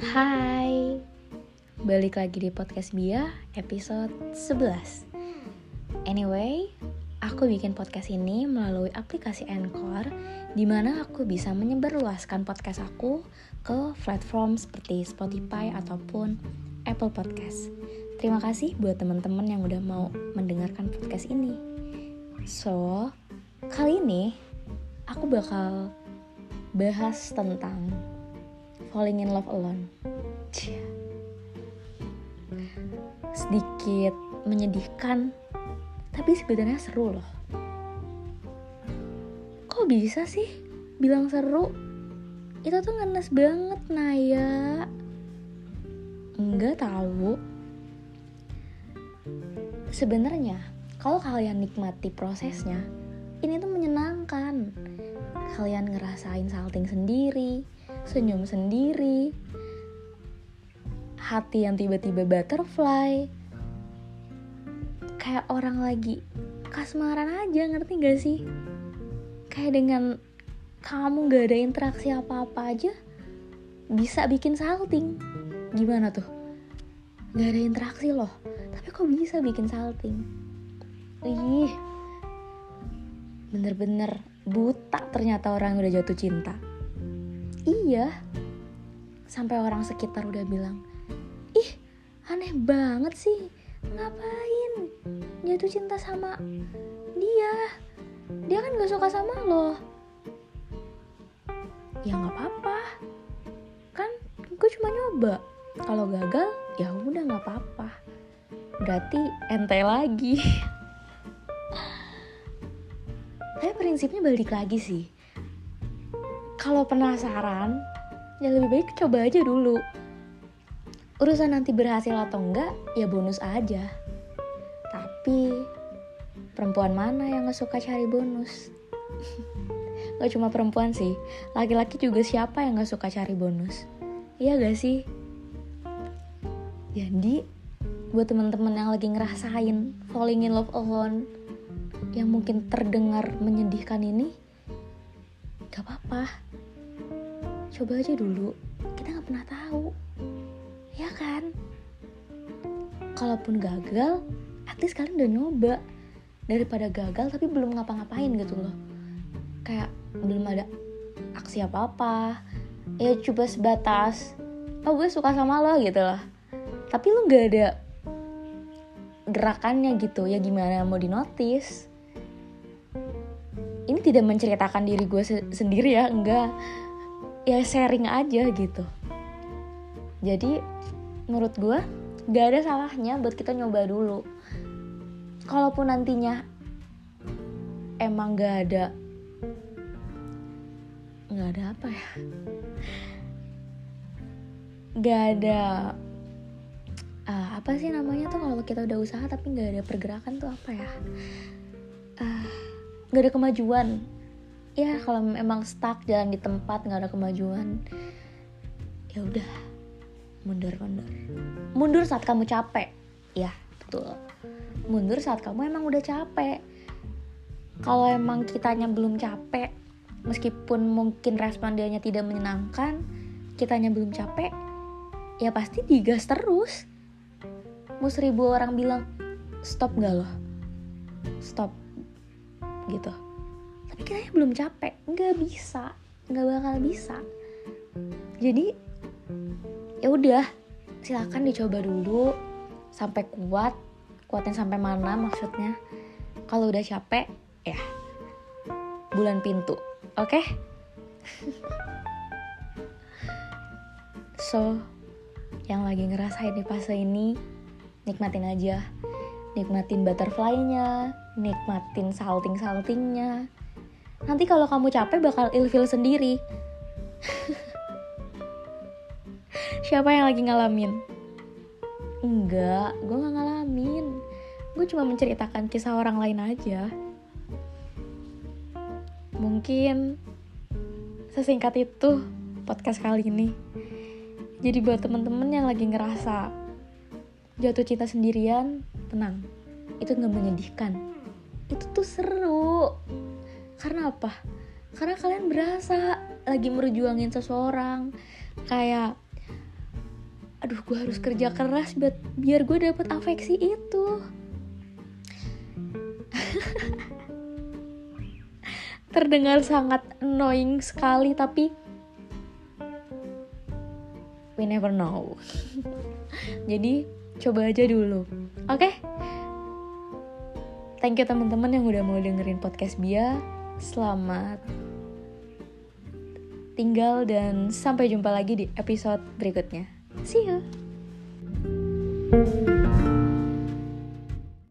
Hai, balik lagi di podcast Bia episode 11. Anyway, aku bikin podcast ini melalui aplikasi Anchor, di mana aku bisa menyebarluaskan podcast aku ke platform seperti Spotify ataupun Apple Podcast. Terima kasih buat teman-teman yang udah mau mendengarkan podcast ini. So, kali ini aku bakal bahas tentang falling in love alone. Sedikit menyedihkan, tapi sebenarnya seru loh. Kok bisa sih bilang seru? Itu tuh ngenes banget, Naya. Enggak tahu. Sebenarnya kalau kalian nikmati prosesnya, ini tuh menyenangkan. Kalian ngerasain salting sendiri, senyum sendiri, hati yang tiba-tiba butterfly, kayak orang lagi kasmaran aja, ngerti gak sih? Kayak dengan kamu gak ada interaksi apa-apa aja bisa bikin salting. Gimana tuh? Gak ada interaksi loh, tapi kok bisa bikin salting? Ih, bener-bener buta ternyata orang udah jatuh cinta. Iya, sampai orang sekitar udah bilang, ih aneh banget sih, ngapain jatuh cinta sama dia kan gak suka sama lo. Ya gak apa-apa, kan gue cuma nyoba. Kalau gagal ya udah gak apa-apa, berarti ente lagi. Tapi prinsipnya balik lagi sih, kalau penasaran, ya lebih baik coba aja dulu. Urusan nanti berhasil atau enggak, ya bonus aja. Tapi, perempuan mana yang gak suka cari bonus? Gak cuma perempuan sih, laki-laki juga siapa yang gak suka cari bonus? Iya gak sih? Jadi, buat teman-teman yang lagi ngerasain falling in love alone, yang mungkin terdengar menyedihkan ini, gak apa-apa. Coba aja dulu, kita gak pernah tahu, ya kan? Kalaupun gagal, at least kalian udah nyoba. Daripada gagal tapi belum ngapa-ngapain gitu loh, kayak belum ada aksi apa-apa, ya coba sebatas, oh gue suka sama lo gitu loh, tapi lu gak ada gerakannya gitu, ya gimana mau dinotis? Ini tidak menceritakan diri gue sendiri ya, enggak. Ya sharing aja gitu. Jadi menurut gue gak ada salahnya buat kita nyoba dulu. Kalaupun nantinya emang gak ada apa ya, gak ada apa sih namanya tuh kalau kita udah usaha tapi gak ada pergerakan tuh apa ya, gak ada kemajuan. Ya kalau emang stuck jalan di tempat, gak ada kemajuan, ya udah mundur saat kamu capek. Ya betul, mundur saat kamu emang udah capek. Kalau emang kitanya belum capek, meskipun mungkin respon dianya tidak menyenangkan, kitanya belum capek, ya pasti digas terus. Mau 1000 orang bilang stop gak loh, stop gitu, tapi kitanya belum capek, nggak bakal bisa. Jadi ya udah, silakan dicoba dulu sampai kuatnya sampai mana maksudnya. Kalau udah capek ya bulan pintu, oke? So, yang lagi ngerasain di fase ini, nikmatin aja. Nikmatin butterfly-nya, nikmatin salting-saltingnya. Nanti kalau kamu capek bakal ilfeel sendiri. Siapa yang lagi ngalamin? Enggak, gue gak ngalamin. Gue cuma menceritakan kisah orang lain aja. Mungkin sesingkat itu podcast kali ini. Jadi buat temen-temen yang lagi ngerasa jatuh cinta sendirian, tenang, itu gak menyedihkan, itu tuh seru. Karena apa? Karena kalian berasa lagi merjuangin seseorang. Kayak aduh gue harus kerja keras biar gue dapet afeksi itu. Terdengar sangat annoying sekali, tapi we never know. Jadi coba aja dulu, oke? Thank you teman-teman yang udah mau dengerin podcast Bia. Selamat tinggal dan sampai jumpa lagi di episode berikutnya. See you.